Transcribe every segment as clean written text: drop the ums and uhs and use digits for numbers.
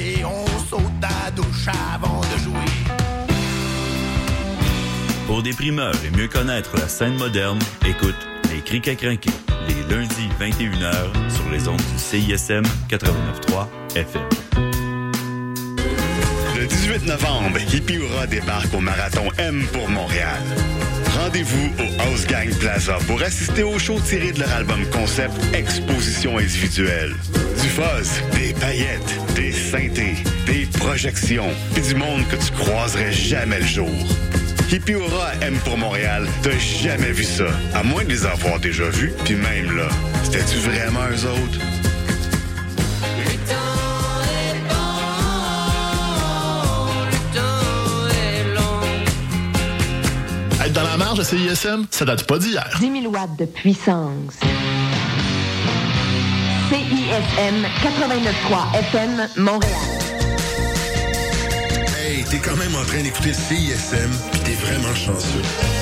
et on saute à douche avant de jouer. Pour des primeurs et mieux connaître la scène moderne, écoute Les Crics à crinquer, les lundis 21h sur les ondes du CISM 89.3 FM. Le 18 novembre, Hippie Hurrah débarque au marathon M pour Montréal. Rendez-vous au House Gang Plaza pour assister au show tiré de leur album concept Exposition individuelle. Du fuzz, des paillettes, des synthés, des projections, puis du monde que tu croiserais jamais le jour. Hippie Hurrah M pour Montréal, t'as jamais vu ça, à moins de les avoir déjà vus, puis même là, c'était-tu vraiment eux autres? Être dans la marge de CISM, ça date pas d'hier. 10 000 watts de puissance. CISM 89.3 FM, Montréal. Hey, t'es quand même en train d'écouter CISM, pis t'es vraiment chanceux.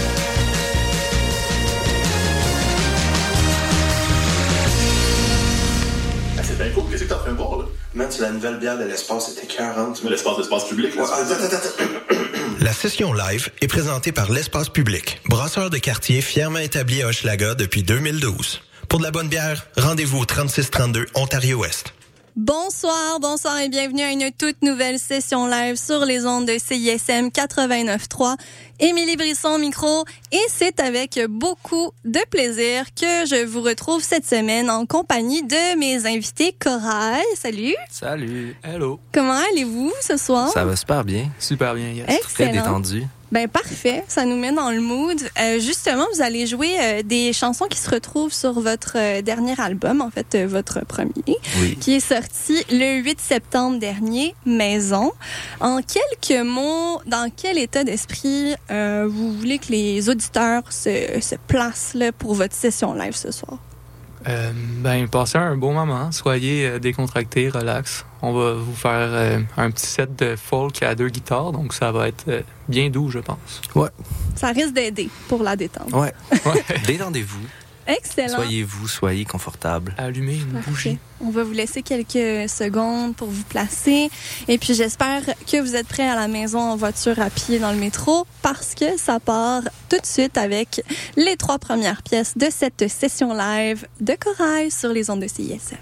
C'est bien cool, qu'est-ce que t'es en train de voir, là? Man, c'est la nouvelle bière de l'espace, c'était écœurante. Mais l'espace public, là. Attends. La session live est présentée par l'Espace Public, brasseur de quartier fièrement établi à Hochelaga depuis 2012. Pour de la bonne bière, rendez-vous au 3632 Ontario-Ouest. Bonsoir et bienvenue à une toute nouvelle session live sur les ondes de CISM 89.3. Émilie Brisson au micro et c'est avec beaucoup de plaisir que je vous retrouve cette semaine en compagnie de mes invités Corail. Salut! Salut! Hello! Comment allez-vous ce soir? Ça va super bien, yes. Excellent. Très détendu. Ben parfait, ça nous met dans le mood. Justement, vous allez jouer des chansons qui se retrouvent sur votre dernier album, en fait votre premier, qui est sorti le 8 septembre dernier, Maison. En quelques mots, dans quel état d'esprit vous voulez que les auditeurs se placent là, pour votre session live ce soir? Passez un bon moment, soyez décontractés, relax. On va vous faire un petit set de folk à 2 guitares, donc ça va être bien doux, je pense. Ouais. Ça risque d'aider pour la détente. Ouais. Détendez-vous. Excellent. Soyez confortable. Allumez une bougie. On va vous laisser quelques secondes pour vous placer. Et puis, j'espère que vous êtes prêts à la maison, en voiture, à pied, dans le métro, parce que ça part tout de suite avec les 3 premières pièces de cette session live de Corail sur les ondes de CISM.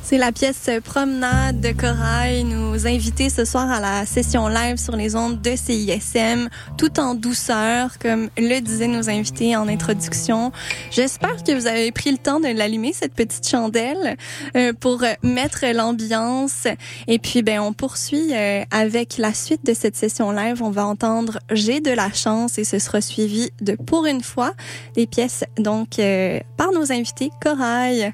C'est la pièce Promenade de Corail, nous inviter ce soir à la session live sur les ondes de CISM, tout en douceur, comme le disaient nos invités en introduction. J'espère que vous avez pris le temps de l'allumer, cette petite chandelle, pour mettre l'ambiance. Et puis, on poursuit avec la suite de cette session live. On va entendre J'ai de la chance et ce sera suivi de Pour une fois, des pièces donc par nos invités Corail.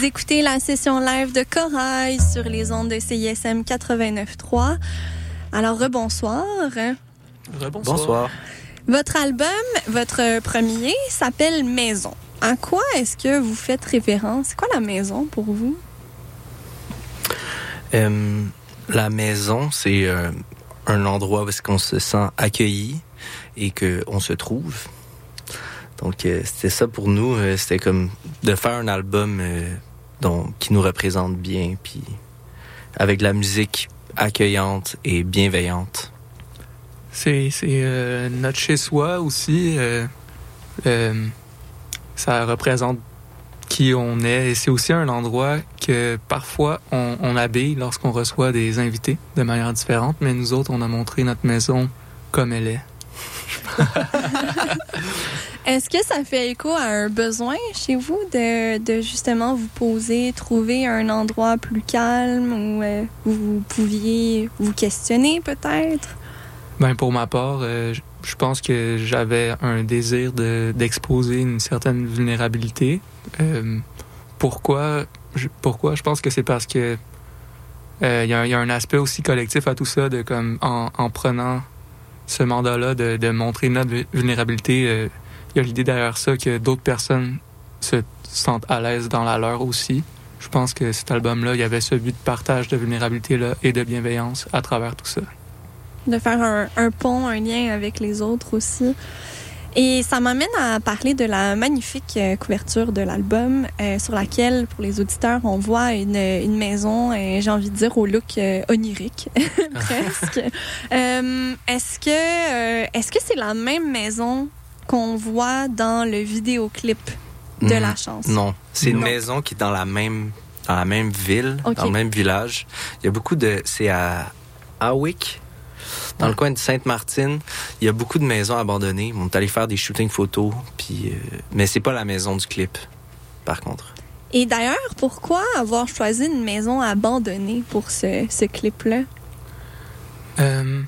Vous écoutez la session live de Corail sur les ondes de CISM 89.3. Alors, rebonsoir. Bonsoir. Votre album, votre premier, s'appelle Maison. À quoi est-ce que vous faites référence? C'est quoi la maison pour vous? La maison, c'est un endroit où est-ce qu'on se sent accueilli et qu'on se trouve. Donc, c'était ça pour nous. C'était comme de faire un album qui nous représente bien, puis avec de la musique accueillante et bienveillante. C'est notre chez-soi aussi. Ça représente qui on est. Et c'est aussi un endroit que parfois on habille lorsqu'on reçoit des invités de manière différente, mais nous autres, on a montré notre maison comme elle est. Est-ce que ça fait écho à un besoin chez vous de justement vous poser, trouver un endroit plus calme où vous pouviez vous questionner peut-être? Ben pour ma part, je pense que j'avais un désir d'exposer une certaine vulnérabilité. Pourquoi? Je pense que c'est parce que y a un aspect aussi collectif à tout ça, de comme en prenant ce mandat-là de montrer notre vulnérabilité. Il y a l'idée derrière ça que d'autres personnes se sentent à l'aise dans la leur aussi. Je pense que cet album-là, il y avait ce but de partage de vulnérabilité-là et de bienveillance à travers tout ça. De faire un pont, un lien avec les autres aussi. Et ça m'amène à parler de la magnifique couverture de l'album sur laquelle, pour les auditeurs, on voit une maison, j'ai envie de dire, au look onirique, presque. Est-ce que c'est la même maison qu'on voit dans le vidéoclip de la chanson? Non, c'est une maison qui est dans la même ville, okay, dans le même village. Il y a beaucoup de... C'est à Hawick, dans le coin de Sainte-Martine. Il y a beaucoup de maisons abandonnées. On est allé faire des shootings photos, puis, mais c'est pas la maison du clip, par contre. Et d'ailleurs, pourquoi avoir choisi une maison abandonnée pour ce clip-là? Il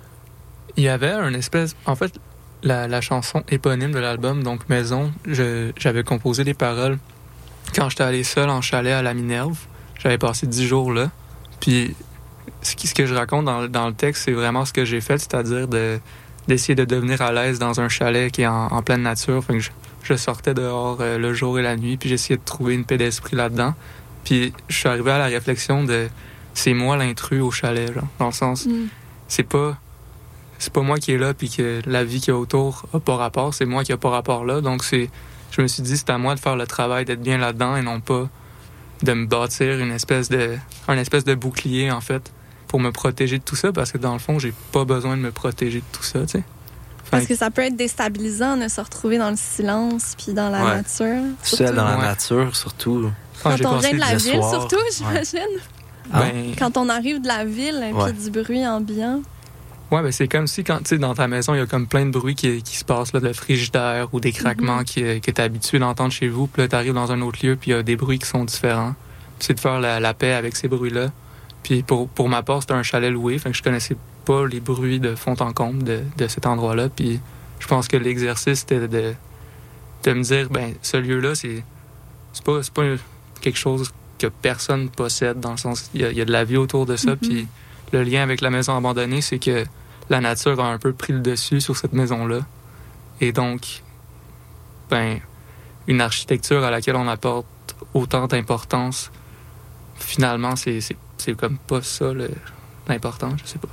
y avait une espèce... En fait, la chanson éponyme de l'album, donc Maison, j'avais composé les paroles quand j'étais allé seul en chalet à la Minerve. J'avais passé 10 jours là. Puis ce que je raconte dans le texte, c'est vraiment ce que j'ai fait, c'est-à-dire d'essayer de devenir à l'aise dans un chalet qui est en pleine nature. Fait que je sortais dehors le jour et la nuit, puis j'essayais de trouver une paix d'esprit là-dedans. Puis je suis arrivé à la réflexion de c'est moi l'intrus au chalet, genre, dans le sens c'est pas moi qui est là puis que la vie qu'il y a autour a pas rapport, c'est moi qui a pas rapport là. Donc je me suis dit c'est à moi de faire le travail d'être bien là-dedans et non pas de me bâtir un espèce de bouclier en fait pour me protéger de tout ça, parce que dans le fond j'ai pas besoin de me protéger de tout ça, tu sais. Parce que ça peut être déstabilisant de se retrouver dans le silence puis dans la nature. Seul dans la nature, surtout. Quand on vient de la ville, soir. surtout, j'imagine. Quand on arrive de la ville et puis du bruit ambiant. Ouais, ben c'est comme si quand tu sais dans ta maison, il y a comme plein de bruits qui se passent là, de frigidaire ou des craquements que t'es habitué d'entendre chez vous. Puis là, t'arrives dans un autre lieu, puis il y a des bruits qui sont différents. Puis c'est de faire la paix avec ces bruits-là. Puis pour ma part, c'était un chalet loué, fait que je connaissais pas les bruits de fond en comble de cet endroit-là. Puis je pense que l'exercice c'était de me dire, ben ce lieu-là, c'est pas quelque chose que personne possède, dans le sens il y a de la vie autour de ça. Puis le lien avec la maison abandonnée, c'est que la nature a un peu pris le dessus sur cette maison-là. Et donc, ben, une architecture à laquelle on apporte autant d'importance, finalement, c'est comme pas ça l'important, je sais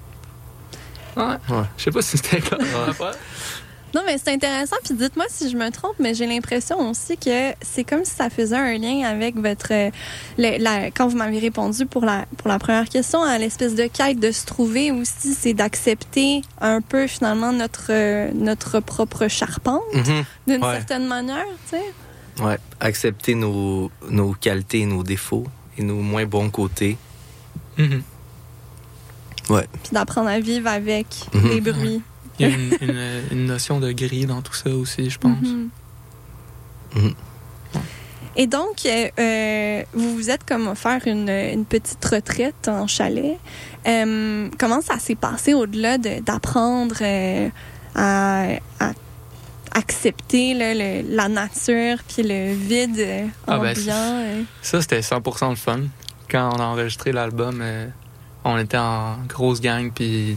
pas. Ouais. Je sais pas si c'était clair. Non, mais c'est intéressant. Puis dites-moi si je me trompe, mais j'ai l'impression aussi que c'est comme si ça faisait un lien avec votre... quand vous m'avez répondu pour la première question, à l'espèce de quête de se trouver aussi, c'est d'accepter un peu finalement notre propre charpente, d'une certaine manière, tu sais. Ouais, accepter nos qualités et nos défauts et nos moins bons côtés. Ouais. Puis d'apprendre à vivre avec les bruits. Il y a une notion de gris dans tout ça aussi, je pense. Et donc, vous vous êtes comme offert une petite retraite en chalet. Comment ça s'est passé au-delà d'apprendre à accepter là, la nature puis le vide ambiant. Ça, c'était 100% le fun. Quand on a enregistré l'album, on était en grosse gang, puis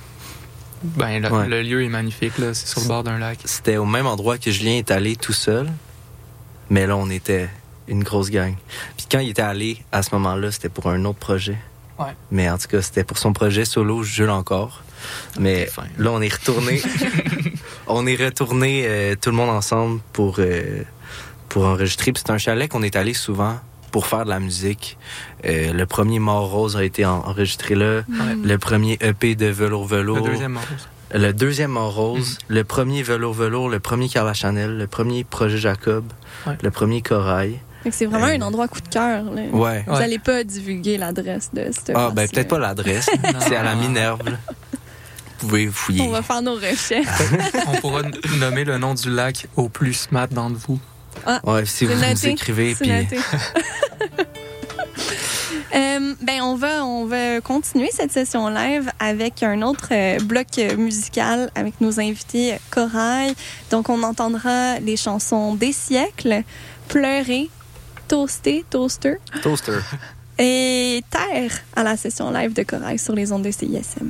le lieu est magnifique, là, c'est sur le bord d'un lac. C'était au même endroit que Julien est allé tout seul, mais là, on était une grosse gang. Puis quand il était allé, à ce moment-là, c'était pour un autre projet. Ouais. Mais en tout cas, c'était pour son projet solo, Jules encore. Mais là, on est retourné. On est retourné tout le monde ensemble pour enregistrer. Puis c'est un chalet qu'on est allé souvent pour faire de la musique. Le premier Mort Rose a été enregistré là. Le premier EP de Velours. Le deuxième Mort Rose. Le deuxième Mort Rose. Le premier Velours. Le premier Carla Chanel. Le premier Projet Jacob. Le premier Corail. C'est vraiment un endroit coup de cœur. Là. Ouais. Vous n'allez pas divulguer l'adresse de cette place. Peut-être pas l'adresse. C'est à la Minerve. Là. Vous pouvez fouiller. On va faire nos recherches. On pourra nommer le nom du lac au plus smart d'entre vous. Ah, si vous nous écrivez. Puis... on va continuer cette session live avec un autre bloc musical avec nos invités Corail. Donc, on entendra les chansons Des siècles, Pleurer, Toaster et Terre à la session live de Corail sur les ondes de CISM.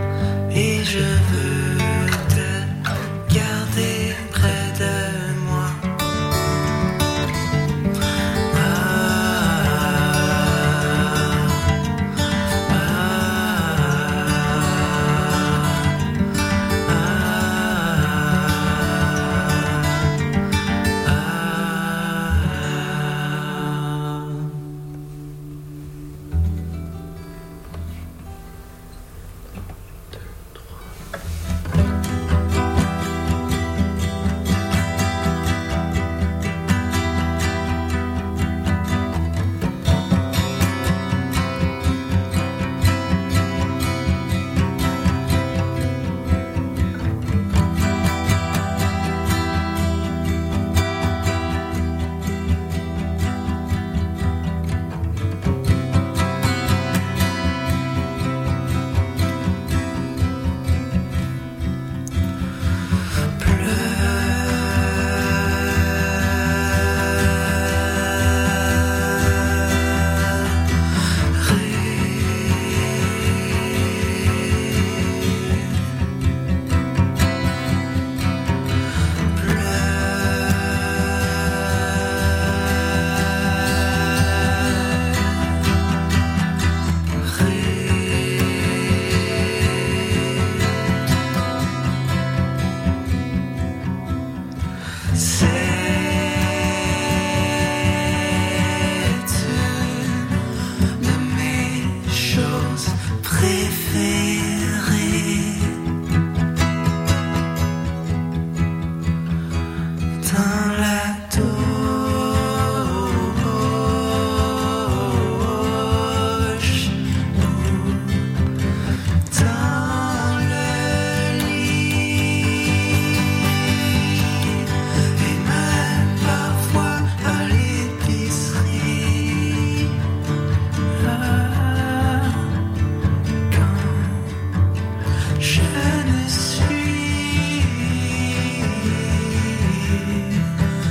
Et je veux te garder près de moi. Je ne suis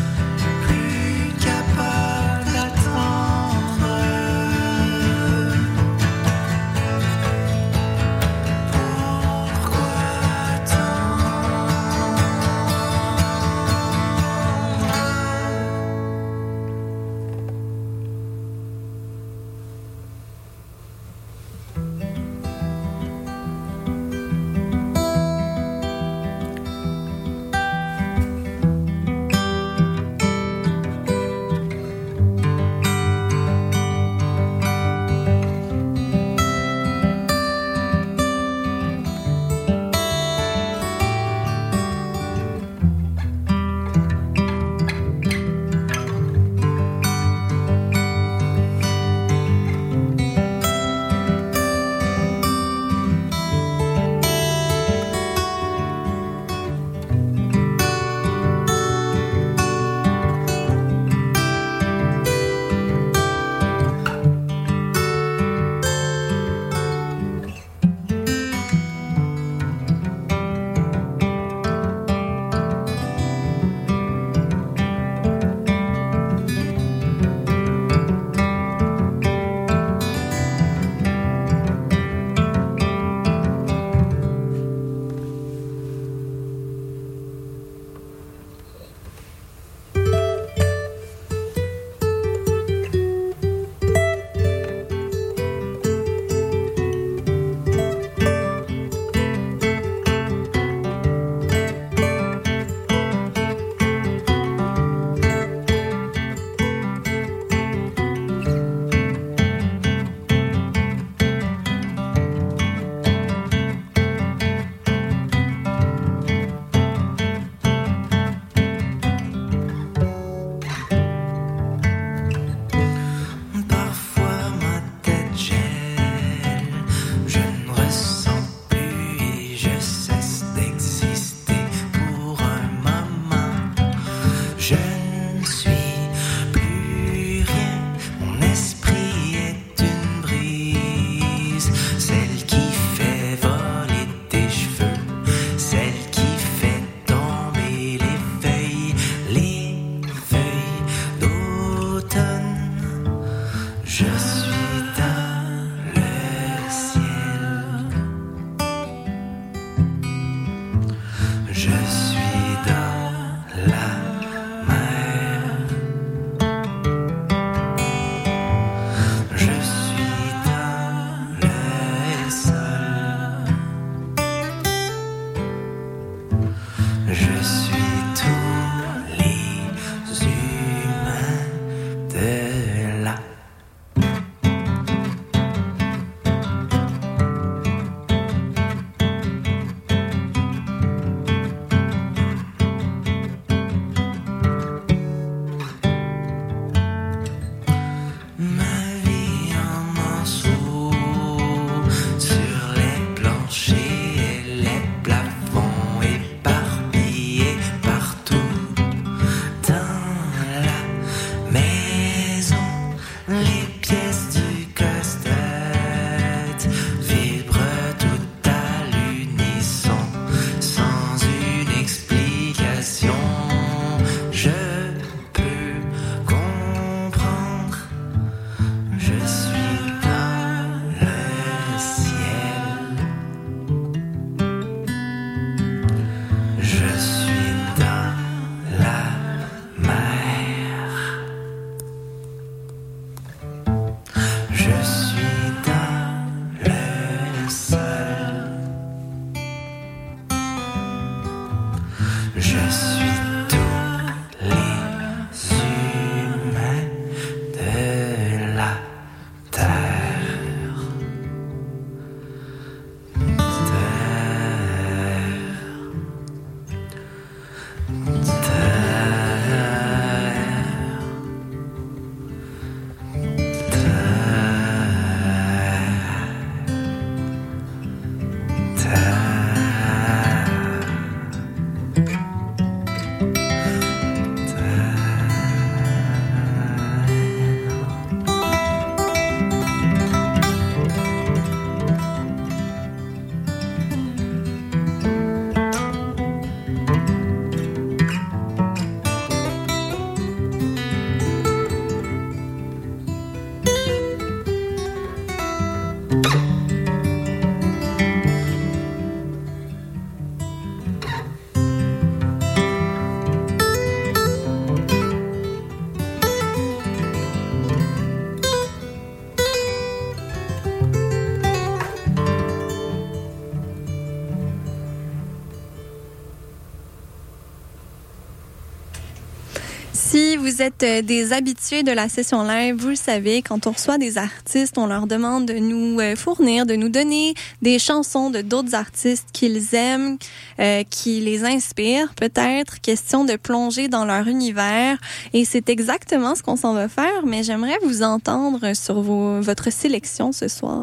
Si vous êtes des habitués de la session live, vous le savez, quand on reçoit des artistes, on leur demande de nous fournir, de nous donner des chansons de d'autres artistes qu'ils aiment, qui les inspirent, peut-être. Question de plonger dans leur univers. Et c'est exactement ce qu'on s'en va faire, mais j'aimerais vous entendre sur votre sélection ce soir.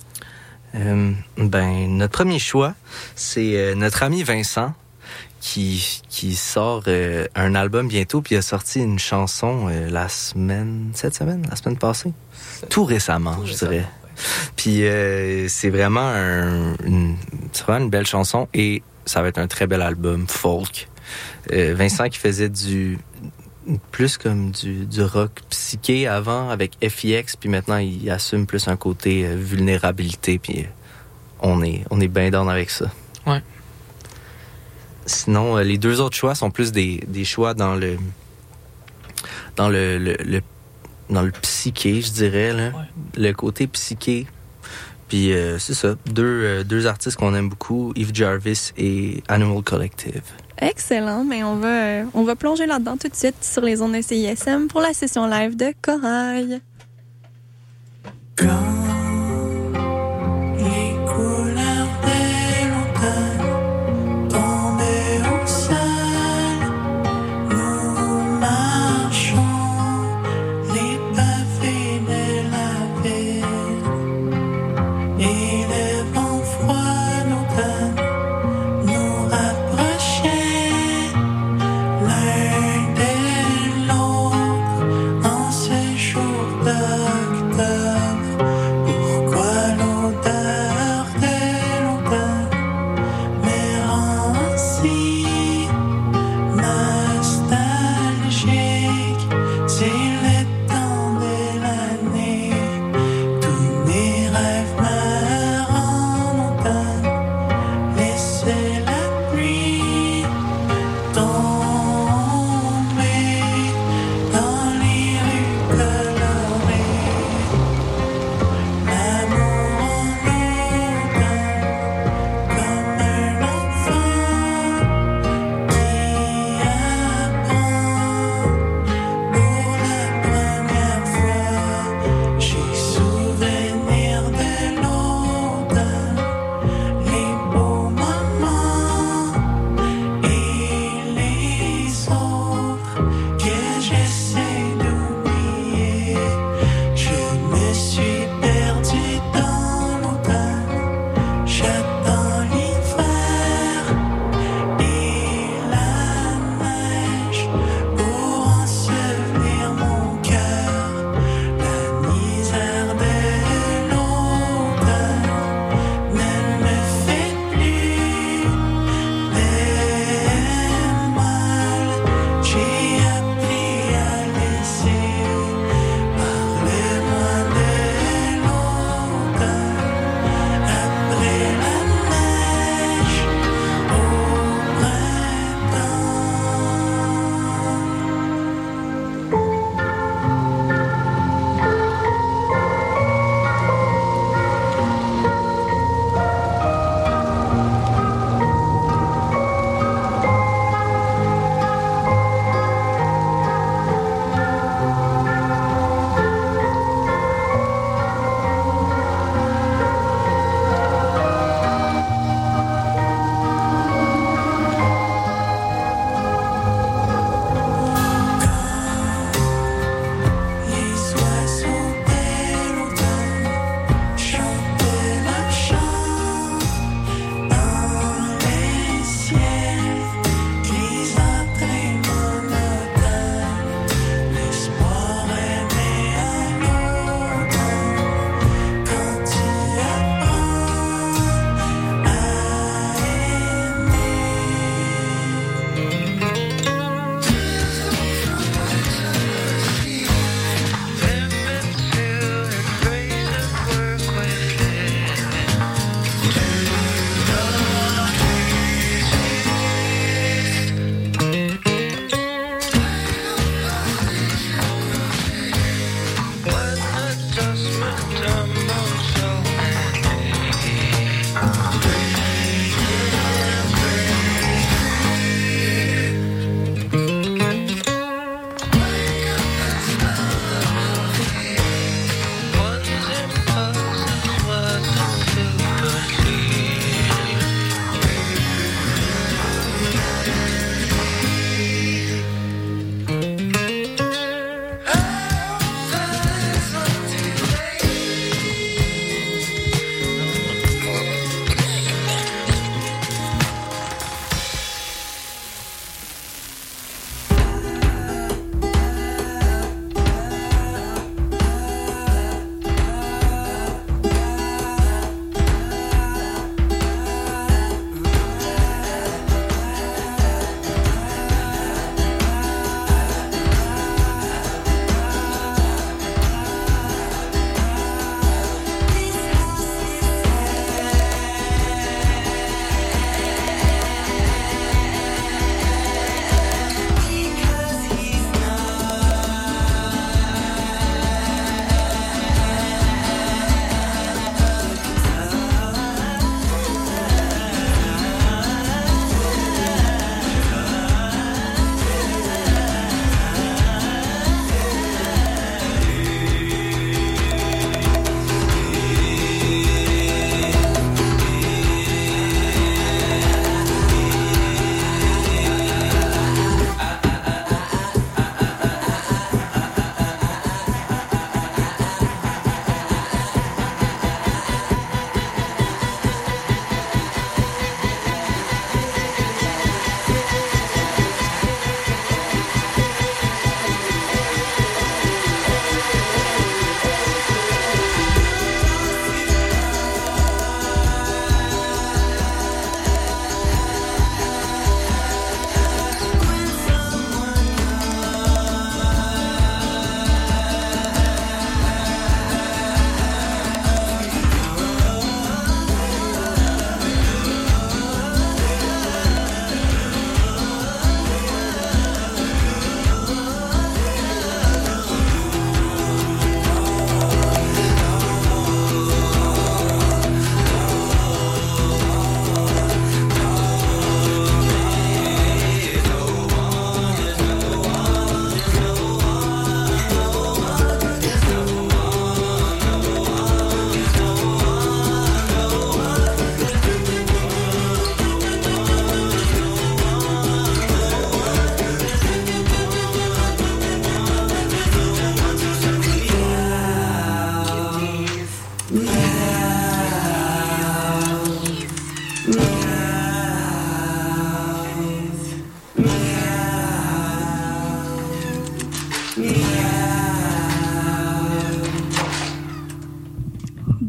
Notre premier choix, c'est notre ami Vincent, qui sort un album bientôt, puis il a sorti une chanson la semaine passée, tout récemment, je dirais. Ouais. Puis c'est vraiment une belle chanson et ça va être un très bel album folk. Vincent qui faisait plus comme du rock psyché avant avec FIX, puis maintenant il assume plus un côté vulnérabilité, puis on est bien down avec ça. Ouais. Sinon, les deux autres choix sont plus des choix dans le psyché, je dirais, là. Ouais. Le côté psyché. Puis c'est ça, deux artistes qu'on aime beaucoup, Yves Jarvis et Animal Collective. Excellent, mais on va plonger là-dedans tout de suite sur les ondes de CISM pour la session live de Corail. D'octobre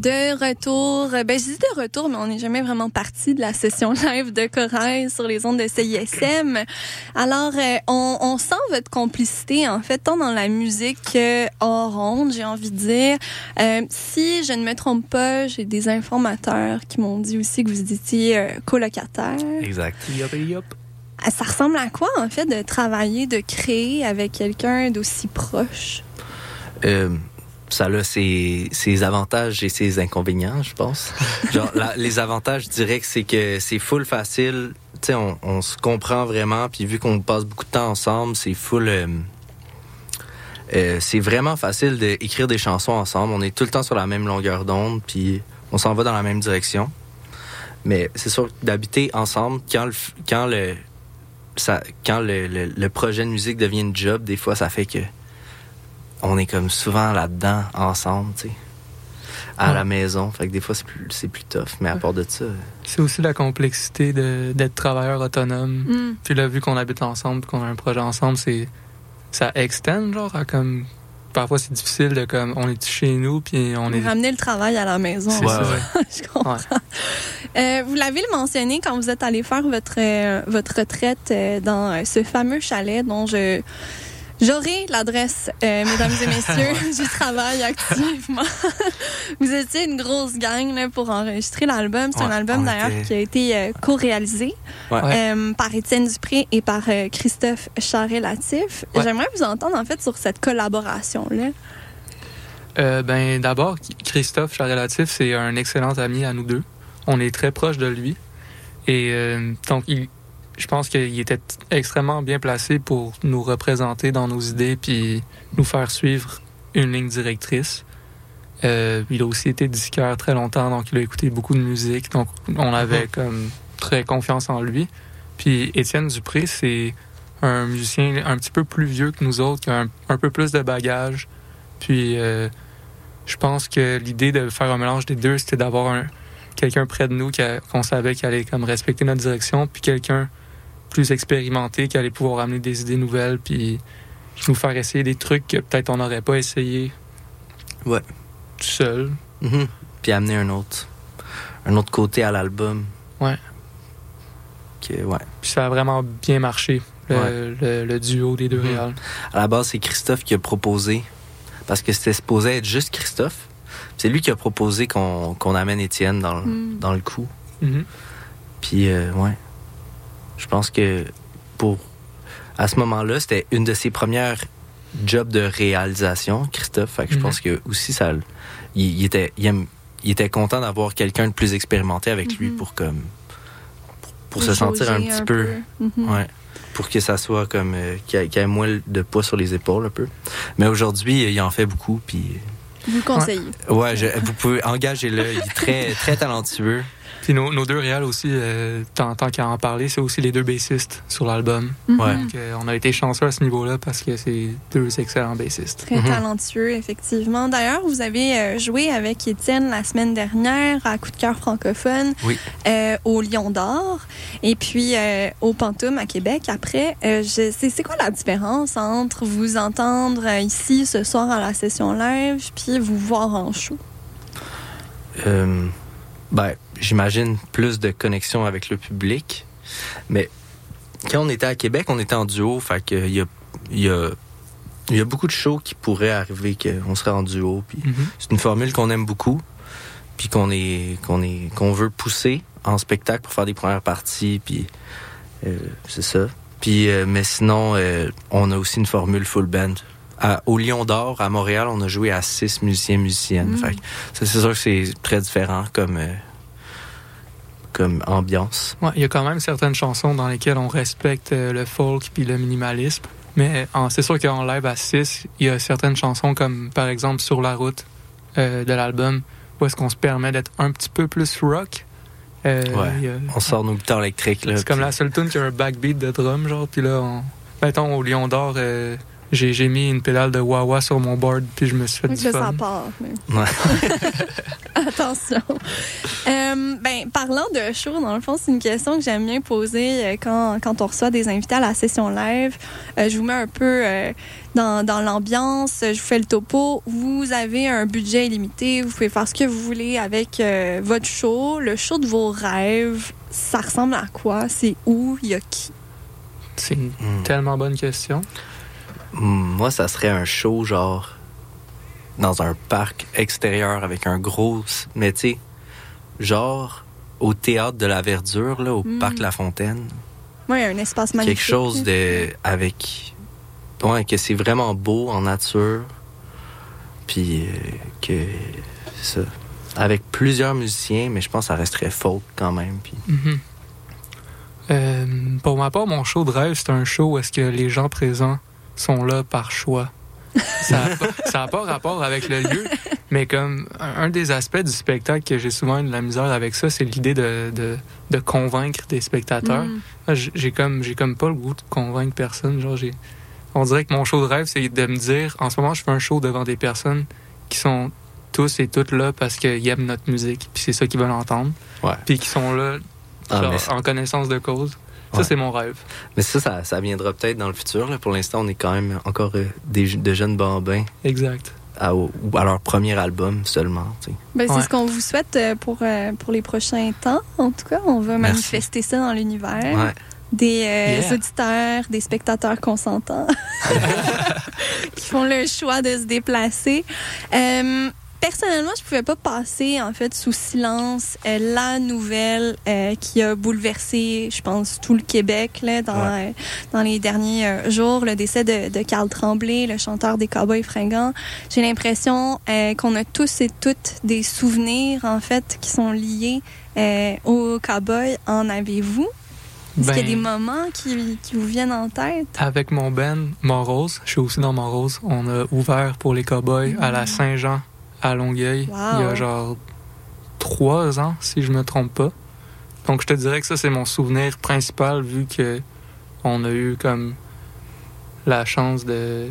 De retour, je dis de retour, mais on n'est jamais vraiment parti de la session live de Corail sur les ondes de CISM. Alors, on sent votre complicité, en fait, tant dans la musique que hors onde, j'ai envie de dire. Si je ne me trompe pas, j'ai des informateurs qui m'ont dit aussi que vous étiez colocataire. Exact. Yop. Ça ressemble à quoi, en fait, de travailler, de créer avec quelqu'un d'aussi proche? Ça a ses avantages et ses inconvénients, je pense. Genre, les avantages, je dirais que c'est full facile. Tu sais, on se comprend vraiment, puis vu qu'on passe beaucoup de temps ensemble, c'est full... c'est vraiment facile d'écrire des chansons ensemble. On est tout le temps sur la même longueur d'onde, puis on s'en va dans la même direction. Mais c'est sûr, d'habiter ensemble, quand le projet de musique devient une job, des fois, ça fait que on est comme souvent là-dedans, ensemble, tu sais, à la maison. Fait que des fois, c'est plus tough. Mais à part de ça... C'est aussi la complexité d'être travailleur autonome. Puis là, vu qu'on habite ensemble, qu'on a un projet ensemble, ça extend, genre, à comme... Parfois, c'est difficile de comme... On est chez nous, puis on est... Ramener le travail à la maison. C'est ça. Je comprends. Ouais. Vous l'avez mentionné quand vous êtes allé faire votre retraite dans ce fameux chalet dont j'aurai l'adresse, mesdames et messieurs, j'y travaille activement. Vous étiez une grosse gang là, pour enregistrer l'album. C'est un album d'ailleurs qui a été co-réalisé par Étienne Dupré et par Christophe Charest-Latif. Ouais. J'aimerais vous entendre en fait sur cette collaboration-là. D'abord, Christophe Charest-Latif, c'est un excellent ami à nous deux. On est très proches de lui. Et donc, je pense qu'il était extrêmement bien placé pour nous représenter dans nos idées puis nous faire suivre une ligne directrice. Il a aussi été disqueur très longtemps, donc il a écouté beaucoup de musique. Donc, on avait comme très confiance en lui. Puis Étienne Dupré, c'est un musicien un petit peu plus vieux que nous autres, qui a un peu plus de bagages. Puis je pense que l'idée de faire un mélange des deux, c'était d'avoir quelqu'un près de nous qu'on savait qu'il allait comme respecter notre direction, puis quelqu'un plus expérimenté qui allait pouvoir amener des idées nouvelles puis nous faire essayer des trucs que peut-être on n'aurait pas essayé tout seul. Mm-hmm. Puis amener un autre côté à l'album. Ouais. Puis ça a vraiment bien marché, le duo des deux réals. À la base, c'est Christophe qui a proposé, parce que c'était supposé être juste Christophe. C'est lui qui a proposé qu'on amène Étienne dans le coup. Mm-hmm. Puis, je pense que à ce moment-là, c'était une de ses premières jobs de réalisation, Christophe. Fait que je pense que aussi il était content d'avoir quelqu'un de plus expérimenté avec lui pour se sentir un petit peu. Pour que ça soit comme qu'il y ait moins de poids sur les épaules un peu. Mais aujourd'hui, il en fait beaucoup puis vous le conseillez. Vous pouvez engager-le, il est très très talentueux. Puis nos deux réals aussi, tant qu'à en parler, c'est aussi les deux bassistes sur l'album. Mm-hmm. Donc, on a été chanceux à ce niveau-là parce que c'est deux excellents bassistes. Très talentueux, effectivement. D'ailleurs, vous avez joué avec Étienne la semaine dernière à Coup de cœur francophone au Lion d'Or et puis au Pantoum à Québec. Après, c'est quoi la différence entre vous entendre ici ce soir à la session live puis vous voir en show? J'imagine plus de connexion avec le public. Mais quand on était à Québec, on était en duo. Fait qu'il y a beaucoup de shows qui pourraient arriver qu'on serait en duo. Puis c'est une formule qu'on aime beaucoup. Puis qu'on veut pousser en spectacle pour faire des premières parties. Puis c'est ça. Puis, mais sinon, on a aussi une formule full band. Au Lion d'Or, à Montréal, on a joué à 6 musiciens-musiciennes. Fait que c'est sûr que c'est très différent comme ambiance. Ouais, il y a quand même certaines chansons dans lesquelles on respecte le folk puis le minimalisme. Mais c'est sûr qu'en live à 6, il y a certaines chansons comme, par exemple, Sur la route de l'album, où est-ce qu'on se permet d'être un petit peu plus rock. On sort nos guitares électriques. Là, c'est comme la seule tune qui a un backbeat de drum, genre. Puis là, mettons, au Lion d'Or, j'ai mis une pédale de wah-wah sur mon board, puis je me suis fait du fun. Ça part. Mais... Ouais. Attention. Parlant de show, dans le fond, c'est une question que j'aime bien poser quand on reçoit des invités à la session live. Je vous mets un peu dans l'ambiance, je vous fais le topo. Vous avez un budget illimité, vous pouvez faire ce que vous voulez avec votre show. Le show de vos rêves, ça ressemble à quoi? C'est où? Il y a qui? C'est une tellement bonne question. Moi, ça serait un show, genre, dans un parc extérieur avec un gros... Mais tu sais, genre, au Théâtre de la Verdure, là, au Parc La Fontaine. Oui, un espace magnifique. Quelque chose avec... Ouais, que c'est vraiment beau en nature. Puis que... ça. Avec plusieurs musiciens, mais je pense que ça resterait folk quand même. Puis... Pour ma part, mon show de rêve, c'est un show où est-ce que les gens présents sont là par choix. Ça n'a pas rapport avec le lieu, mais comme un des aspects du spectacle que j'ai souvent eu de la misère avec ça, c'est l'idée de convaincre des spectateurs. J'ai comme pas le goût de convaincre personne. Genre, on dirait que mon show de rêve, c'est de me dire, en ce moment, je fais un show devant des personnes qui sont tous et toutes là parce qu'ils aiment notre musique, puis c'est ça qu'ils veulent entendre. Ouais. Puis qui sont là en connaissance de cause. Ça, c'est mon rêve. Mais ça viendra peut-être dans le futur. Là. Pour l'instant, on est quand même encore de jeunes bambins. Exact. À leur premier album seulement. C'est ce qu'on vous souhaite pour les prochains temps. En tout cas, on va manifester ça dans l'univers. Ouais. Des auditeurs, des spectateurs consentants qui font le choix de se déplacer. Personnellement, je pouvais pas passer en fait sous silence la nouvelle qui a bouleversé, je pense, tout le Québec là, dans les derniers jours, le décès de Carl Tremblay, le chanteur des Cowboys Fringants. J'ai l'impression qu'on a tous et toutes des souvenirs en fait qui sont liés aux Cowboys. En avez-vous? Est-ce qu'il y a des moments qui vous viennent en tête? Avec mon band Morose, je suis aussi dans Morose, on a ouvert pour les Cowboys à la Saint-Jean à Longueuil, il y a genre 3 ans, si je me trompe pas. Donc, je te dirais que ça, c'est mon souvenir principal, vu que on a eu comme la chance de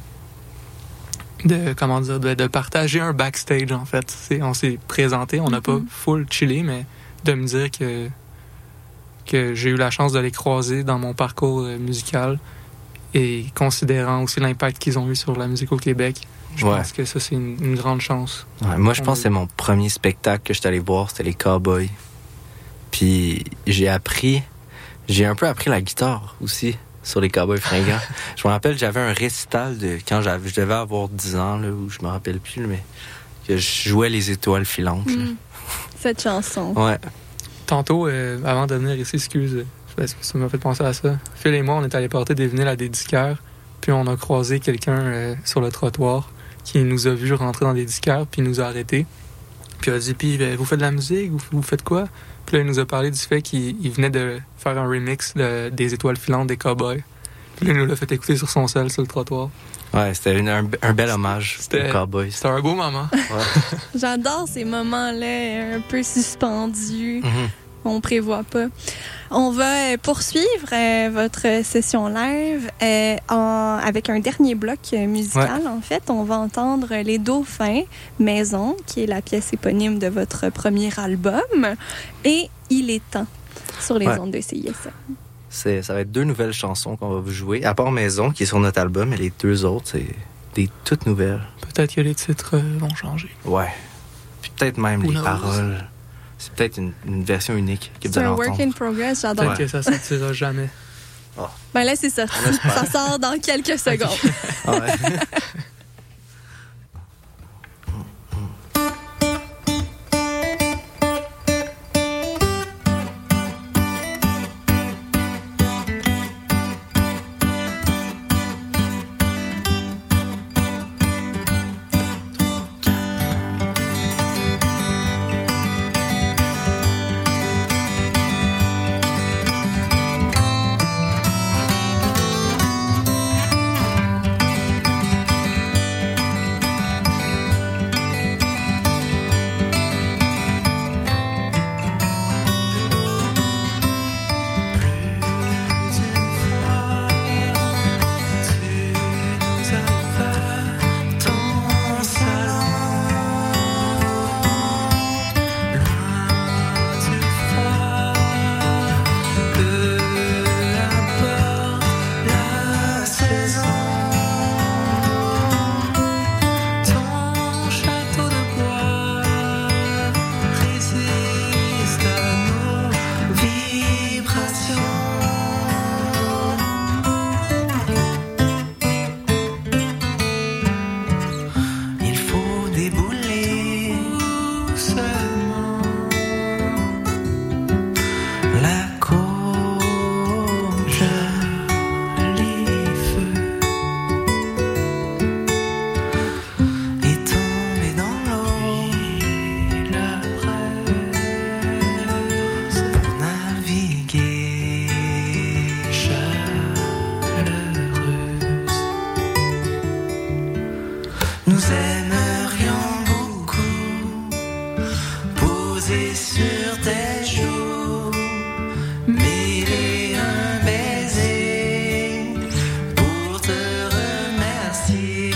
partager un backstage, en fait. On s'est présenté, on n'a pas full chillé, mais de me dire que j'ai eu la chance de les croiser dans mon parcours musical et considérant aussi l'impact qu'ils ont eu sur la musique au Québec. Je pense que ça, c'est une grande chance. Ouais, moi, je pense que c'est mon premier spectacle que j'étais allé voir, c'était les Cowboys. Puis j'ai un peu appris la guitare aussi sur les Cowboys Fringants. Je me rappelle, j'avais un récital de quand je devais avoir 10 ans, là, où je me rappelle plus, mais que je jouais les étoiles filantes. Cette chanson. Ouais. Tantôt, avant de venir ici, excuse, parce que ça m'a fait penser à ça. Phil et moi, on est allés porter des vinyles à des disquaires, puis on a croisé quelqu'un sur le trottoir qui nous a vu rentrer dans des disquaires, puis il nous a arrêtés. Puis il a dit, puis vous faites de la musique, vous faites quoi? Puis là, il nous a parlé du fait qu'il venait de faire un remix des étoiles filantes des Cowboys. Puis là, il nous l'a fait écouter sur son sel, sur le trottoir. Ouais, c'était un bel hommage aux Cowboys. C'était un beau moment. Ouais. J'adore ces moments-là, un peu suspendus. On prévoit pas. On va poursuivre votre session live avec un dernier bloc musical. Ouais. En fait, on va entendre Les Dauphins, Maison, qui est la pièce éponyme de votre premier album, et Il est temps, sur les ondes de CISM. Ça va être 2 nouvelles chansons qu'on va vous jouer. À part Maison, qui est sur notre album, et les 2 autres, c'est des toutes nouvelles. Peut-être que les titres vont changer. Ouais. Puis peut-être même les paroles. C'est peut-être une version unique que vous allez entendre. C'est un work in progress, j'adore. Peut-être que ça sortira jamais. Oh. Ben là, c'est ça. Ça sort dans quelques secondes. Ouais. Nous aimerions beaucoup poser sur tes joues mille et un baisers pour te remercier.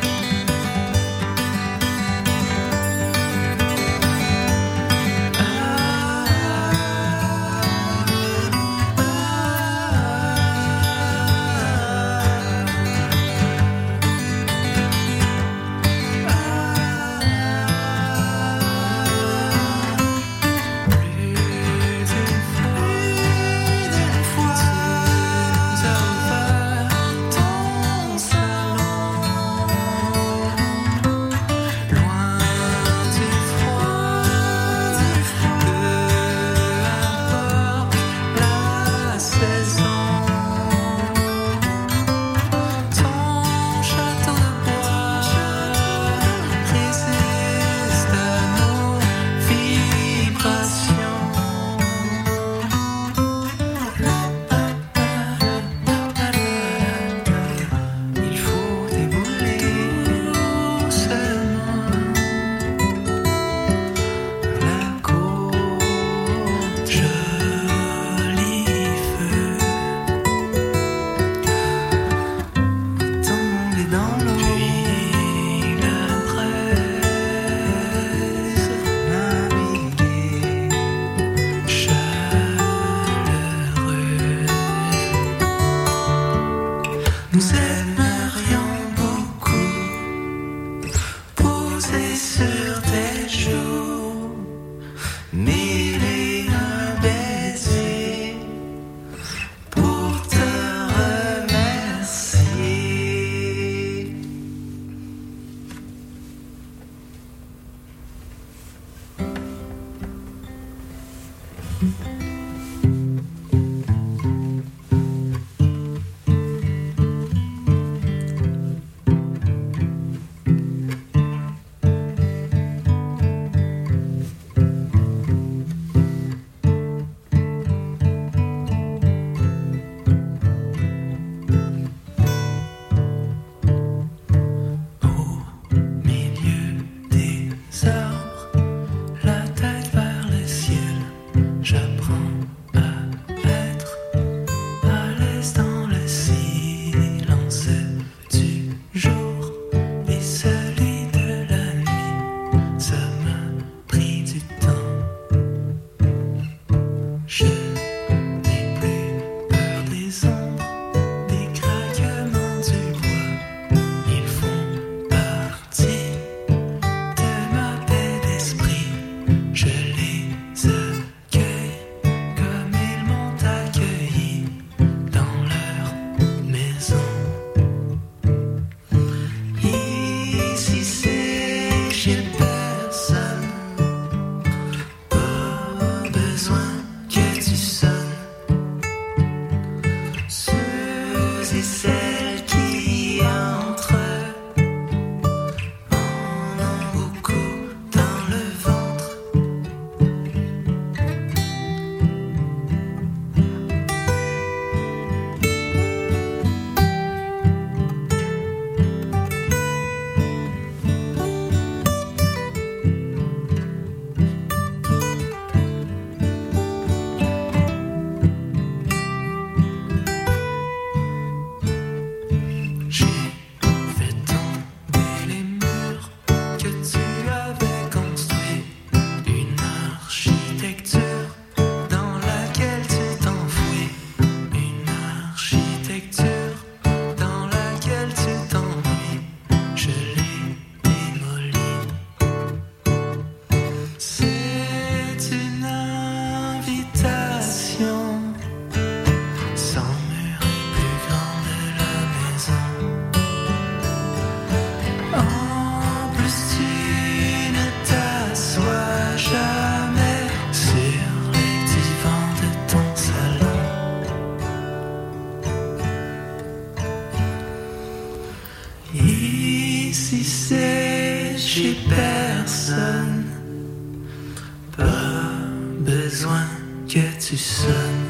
Ici c'est chez personne, pas besoin que tu sonnes.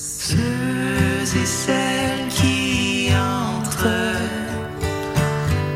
Ceux et celles qui entrent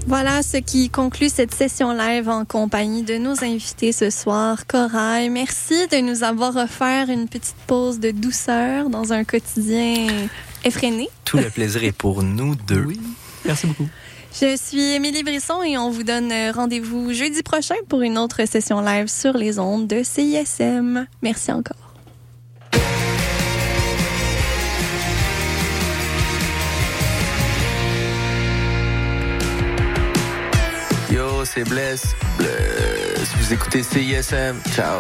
Voilà ce qui conclut cette session live en compagnie de nos invités ce soir. Corail, merci de nous avoir offert une petite pause de douceur dans un quotidien effréné. Tout le plaisir est pour nous deux. Oui, merci beaucoup. Je suis Émilie Brisson et on vous donne rendez-vous jeudi prochain pour une autre session live sur les ondes de CISM. Merci encore. Yo, c'est Bless. Vous écoutez CISM. Ciao.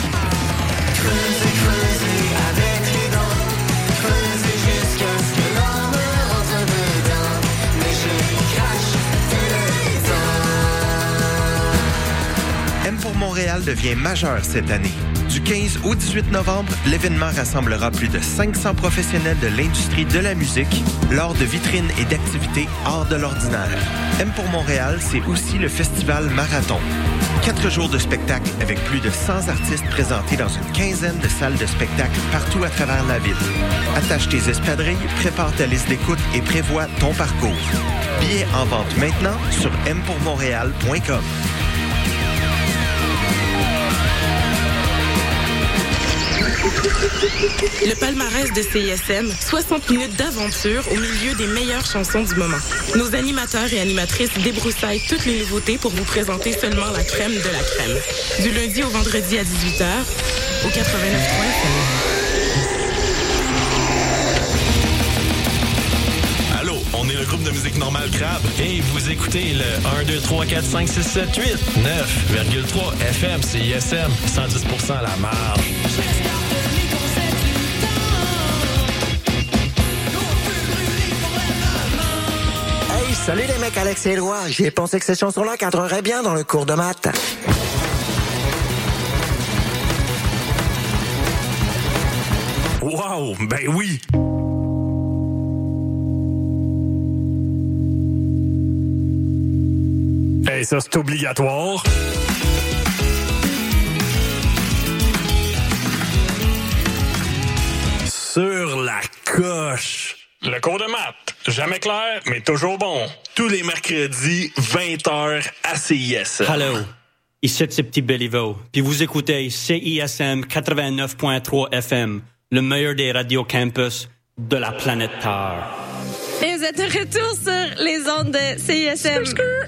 M pour Montréal devient majeur cette année. Du 15 au 18 novembre, l'événement rassemblera plus de 500 professionnels de l'industrie de la musique lors de vitrines et d'activités hors de l'ordinaire. M pour Montréal, c'est aussi le festival Marathon. 4 jours de spectacle avec plus de 100 artistes présentés dans une quinzaine de salles de spectacle partout à travers la ville. Attache tes espadrilles, prépare ta liste d'écoute et prévois ton parcours. Billets en vente maintenant sur mpourmontréal.com. Le palmarès de CISM, 60 minutes d'aventure au milieu des meilleures chansons du moment. Nos animateurs et animatrices débroussaillent toutes les nouveautés pour vous présenter seulement la crème de la crème. Du lundi au vendredi à 18h, au 89.3 FM. Allô, on est le groupe de musique normale Crabe et vous écoutez le 1, 2, 3, 4, 5, 6, 7, 8, 9,3 FM CISM, 110% à la marge. Salut les mecs, Alex et Éloi. J'y ai pensé que ces chansons-là cadreraient bien dans le cours de maths. Wow, ben oui! Hey, ça c'est obligatoire. Sur la coche. Le cours de maths, jamais clair, mais toujours bon. Tous les mercredis, 20h à CISM. Hello, ici c'est Petit Béliveau, puis vous écoutez CISM 89.3 FM, le meilleur des radios campus de la planète Terre. Et vous êtes de retour sur les ondes de CISM.